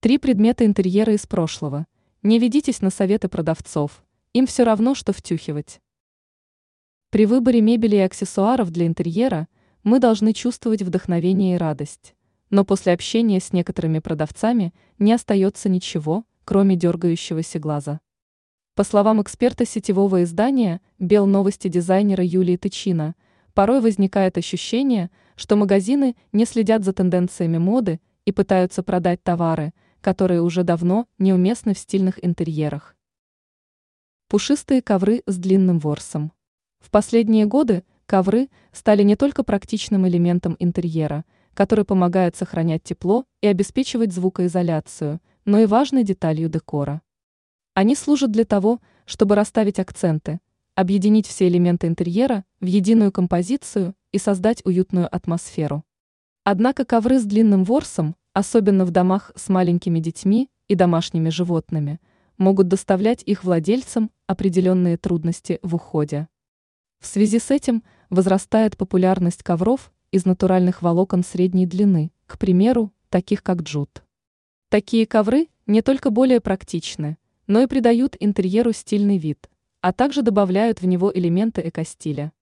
3 предмета интерьера из прошлого. Не ведитесь на советы продавцов, им все равно, что втюхивать. При выборе мебели и аксессуаров для интерьера мы должны чувствовать вдохновение и радость. Но после общения с некоторыми продавцами не остается ничего, кроме дергающегося глаза. По словам эксперта сетевого издания «Белновости» дизайнера Юлии Тычина, порой возникает ощущение, что магазины не следят за тенденциями моды и пытаются продать товары, которые уже давно неуместны в стильных интерьерах. Пушистые ковры с длинным ворсом. В последние годы ковры стали не только практичным элементом интерьера, который помогает сохранять тепло и обеспечивать звукоизоляцию, но и важной деталью декора. Они служат для того, чтобы расставить акценты, объединить все элементы интерьера в единую композицию и создать уютную атмосферу. Однако ковры с длинным ворсом, особенно в домах с маленькими детьми и домашними животными, могут доставлять их владельцам определенные трудности в уходе. В связи с этим возрастает популярность ковров из натуральных волокон средней длины, к примеру, таких как джут. Такие ковры не только более практичны, но и придают интерьеру стильный вид, а также добавляют в него элементы экостиля.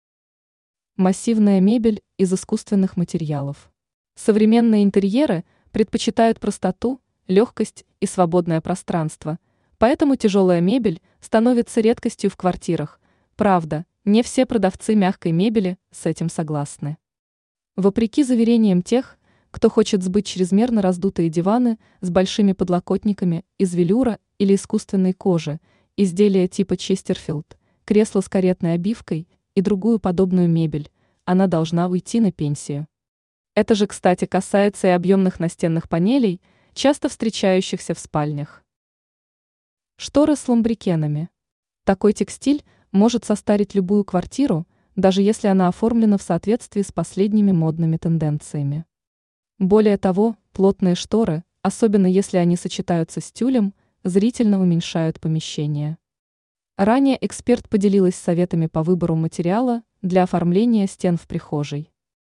Массивная мебель из искусственных материалов. Современные интерьеры предпочитают простоту, легкость и свободное пространство, поэтому тяжелая мебель становится редкостью в квартирах. Правда, не все продавцы мягкой мебели с этим согласны. Вопреки заверениям тех, кто хочет сбыть чрезмерно раздутые диваны с большими подлокотниками из велюра или искусственной кожи, изделия типа Честерфилд, кресло с каретной обивкой и другую подобную мебель, она должна уйти на пенсию. Это же, кстати, касается и объемных настенных панелей, часто встречающихся в спальнях. Шторы с ламбрикенами. Такой текстиль может состарить любую квартиру, даже если она оформлена в соответствии с последними модными тенденциями. Более того, плотные шторы, особенно если они сочетаются с тюлем, зрительно уменьшают помещение. Ранее эксперт поделилась советами по выбору материала для оформления стен в прихожей.